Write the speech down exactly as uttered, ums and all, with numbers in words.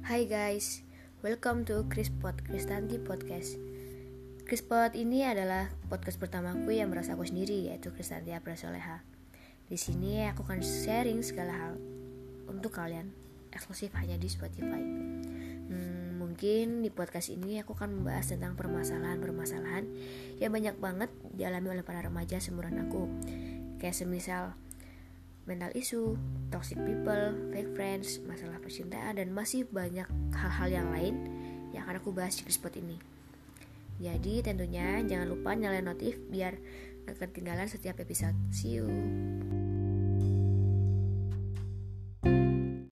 Hai guys, welcome to Krispot Kristanti Podcast. Krispot ini adalah podcast pertamaku yang merasa aku sendiri, yaitu Kristanti April Soleha. Di sini aku akan sharing segala hal untuk kalian, eksklusif hanya di Spotify. Hmm, mungkin di podcast ini aku akan membahas tentang permasalahan-permasalahan yang banyak banget dialami oleh para remaja seumuran aku. Kayak semisal mental issue, toxic people, fake friends, masalah percintaan, dan masih banyak hal-hal yang lain yang akan aku bahas di spot ini. Jadi tentunya jangan lupa nyalain notif biar gak ketinggalan setiap episode. See you.